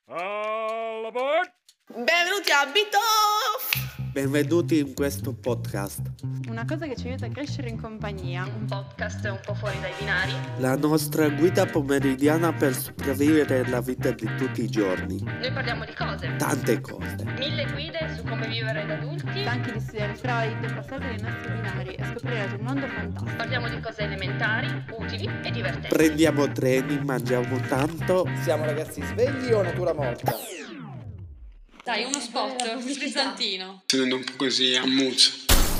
All aboard! Benvenuti a Bitoff! Benvenuti in questo podcast. Una cosa che ci aiuta a crescere in compagnia. Un podcast un po' fuori dai binari. La nostra guida pomeridiana per sopravvivere la vita di tutti i giorni. Noi parliamo di cose. Tante cose. 1000 guide su come vivere da adulti. Anche di studiare Freud, passare dai nostri binari e scoprire un mondo fantastico. Parliamo di cose elementari, utili e divertenti. Prendiamo treni, mangiamo tanto. Siamo ragazzi svegli o natura morta? Dai, uno spot, frizzantino. Tenendo un po' così a muzzo.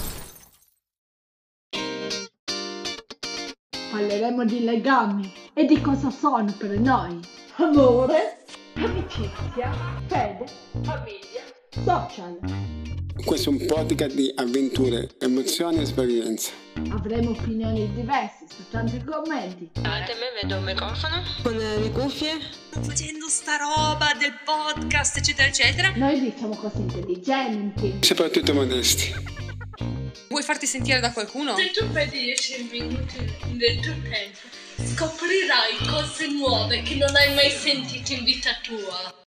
Parleremo di legami e di cosa sono per noi. Amore, amicizia, fede, famiglia, social. Questo è un podcast di avventure, emozioni e esperienze. Avremo opinioni diverse su tanti commenti. Davanti a me vedo un microfono. Con le cuffie. Facendo sta roba del podcast, eccetera, eccetera. Noi diciamo cose intelligenti. Soprattutto modesti. Vuoi farti sentire da qualcuno? Se tu perdi 10 minuti del tuo tempo, scoprirai cose nuove che non hai mai sentito in vita tua.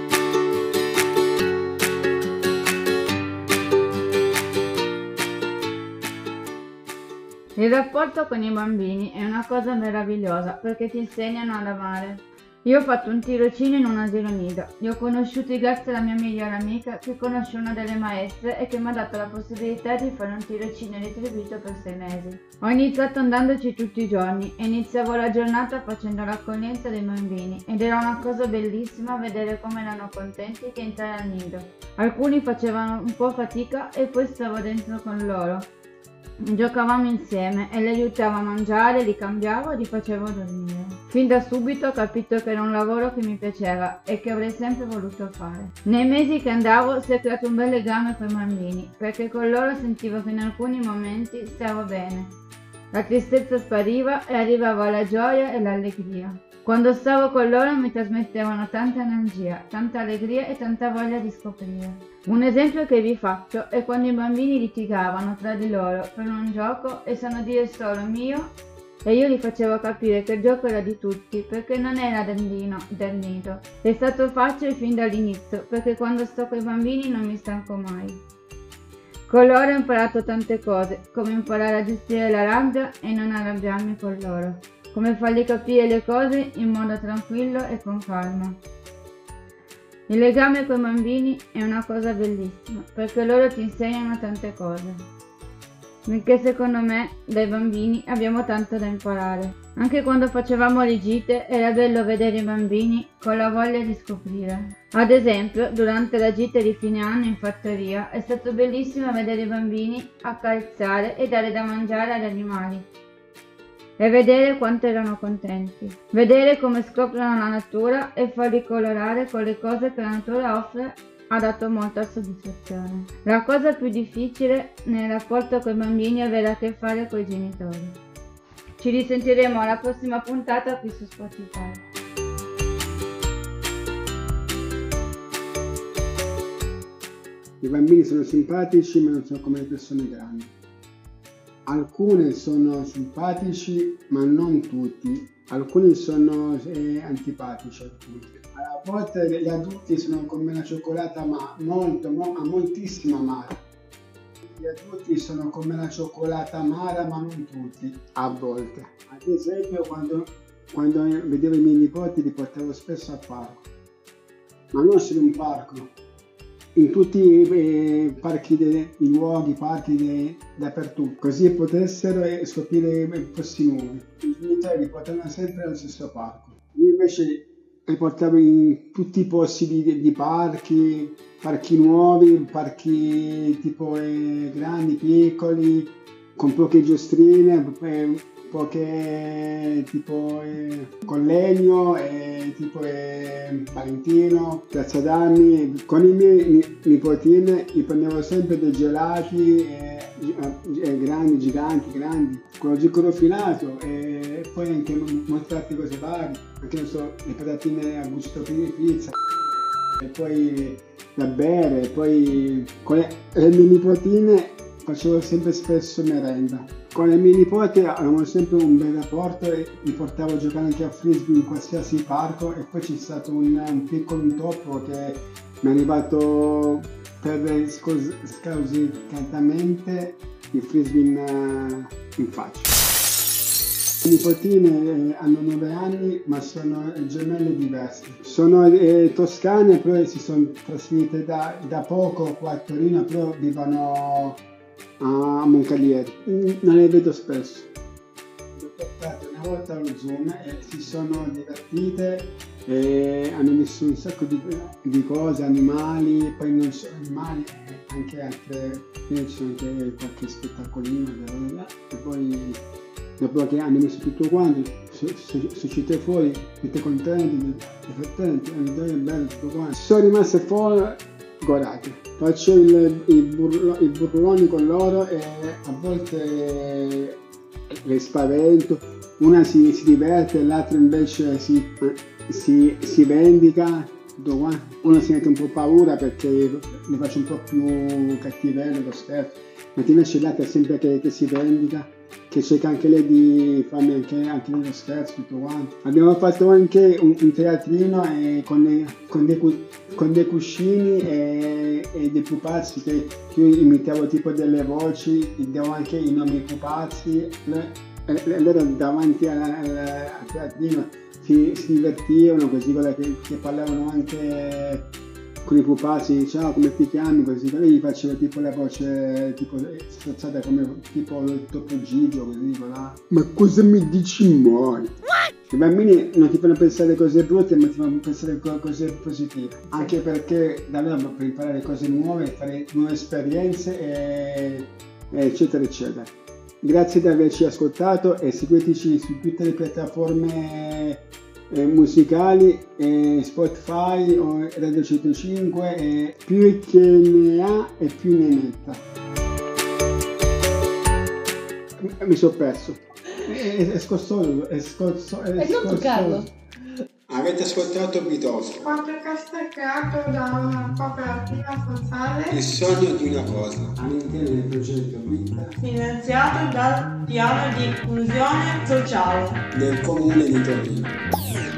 Il rapporto con i bambini è una cosa meravigliosa perché ti insegnano ad amare. Io ho fatto un tirocinio in un asilo nido. Li ho conosciuti grazie alla mia migliore amica che conosce una delle maestre e che mi ha dato la possibilità di fare un tirocinio retribuito per 6 mesi. Ho iniziato andandoci tutti i giorni e iniziavo la giornata facendo l'accoglienza dei bambini ed era una cosa bellissima vedere come erano contenti che entrare al nido. Alcuni facevano un po' fatica e poi stavo dentro con loro. Giocavamo insieme e li aiutavo a mangiare, li cambiavo e li facevo dormire. Fin da subito ho capito che era un lavoro che mi piaceva e che avrei sempre voluto fare. Nei mesi che andavo si è creato un bel legame con i bambini, perché con loro sentivo che in alcuni momenti stavo bene. La tristezza spariva e arrivava la gioia e l'allegria. Quando stavo con loro mi trasmettevano tanta energia, tanta allegria e tanta voglia di scoprire. Un esempio che vi faccio è quando i bambini litigavano tra di loro per un gioco e sanno dire solo mio e io gli facevo capire che il gioco era di tutti perché non era del nido. È stato facile fin dall'inizio perché quando sto con i bambini non mi stanco mai. Con loro ho imparato tante cose, come imparare a gestire la rabbia e non arrabbiarmi con loro, come fargli capire le cose in modo tranquillo e con calma. Il legame con i bambini è una cosa bellissima, perché loro ti insegnano tante cose. Perché secondo me dai bambini abbiamo tanto da imparare. Anche quando facevamo le gite era bello vedere i bambini con la voglia di scoprire. Ad esempio, durante la gita di fine anno in fattoria è stato bellissimo vedere i bambini accarezzare e dare da mangiare agli animali. E vedere quanto erano contenti. Vedere come scoprono la natura e farli colorare con le cose che la natura offre ha dato molta soddisfazione. La cosa più difficile nel rapporto con i bambini è avere a che fare con i genitori. Ci risentiremo alla prossima puntata qui su Spotify. I bambini sono simpatici ma non sono come le persone grandi. Alcuni sono simpatici ma non tutti, alcuni sono antipatici. A volte gli adulti sono come una cioccolata ma moltissimo amara. Gli adulti sono come la cioccolata amara ma non tutti, a volte. Ad esempio quando vedevo i miei nipoti li portavo spesso al parco, ma non solo in parco. In tutti i parchi, i luoghi, parchi dappertutto, così potessero scoprire posti nuovi. I genitori li portavano sempre allo stesso parco. Io invece li portavo in tutti i posti di parchi nuovi, parchi tipo grandi, piccoli, con poche giostrine, poche tipo con legno, tipo Valentino, Piazza d'Armi. Con i miei nipotini gli prendevo sempre dei gelati grandi, giganti, grandi, con lo zucchero filato e poi anche molte altre cose varie, anche non so, le patatine a gusto di pizza e poi da bere. Poi con le mie nipotine facevo sempre spesso merenda. Con le mie nipoti avevamo sempre un bel rapporto e mi portavo a giocare anche a frisbee in qualsiasi parco, e poi c'è stato un piccolo intoppo che mi è arrivato per scausicatamente il frisbee in faccia. Le nipotine hanno 9 anni, ma sono gemelle diverse. Sono toscane, però si sono trasferite da poco qua a Torino, però vivono a Moncalieri. Non le vedo spesso. Le ho portate una volta allo Zoom e si sono divertite e hanno messo un sacco di cose, animali, poi non solo animali, anche altre, ci sono anche qualche spettacolino, e poi dopo che hanno messo tutto quanto, uscite fuori, siete contenti, divertenti, è bello tutto quanto. Sono rimaste folgorate. Faccio i burloni con loro e a volte le spavento, una si diverte, l'altra invece si vendica, tutto qua. Uno si mette un po' paura perché le faccio un po' più cattivello lo scherzo, ma invece l'altra è sempre che si vendica, che cerca anche lei di farmi anche lei lo scherzo, tutto quanto. Abbiamo fatto anche un teatrino con dei cuscini e dei pupazzi che io imitavo tipo delle voci, diamo anche i nomi ai pupazzi, e loro davanti al teatrino si divertivano così, che parlavano anche con i pupazzi, ciao come ti chiami, così, lei gli faceva tipo la voce tipo sforzata come tipo il Topo Gigio, così, voilà. Ma cosa mi dici mai? I bambini non ti fanno pensare cose brutte, ma ti fanno pensare cose positive, anche perché da loro per imparare cose nuove, fare nuove esperienze eccetera eccetera. Grazie di averci ascoltato e seguiteci su tutte le piattaforme musicali, Spotify o Radio 105, più che ne ha e più ne metta. Mi sono perso. È scorsoso. non toccarlo. Avete ascoltato Bitoso, Podcast creato da una cooperativa sociale, il sogno di una cosa, all'interno del progetto Vita, finanziato dal piano di inclusione sociale del comune di Torino.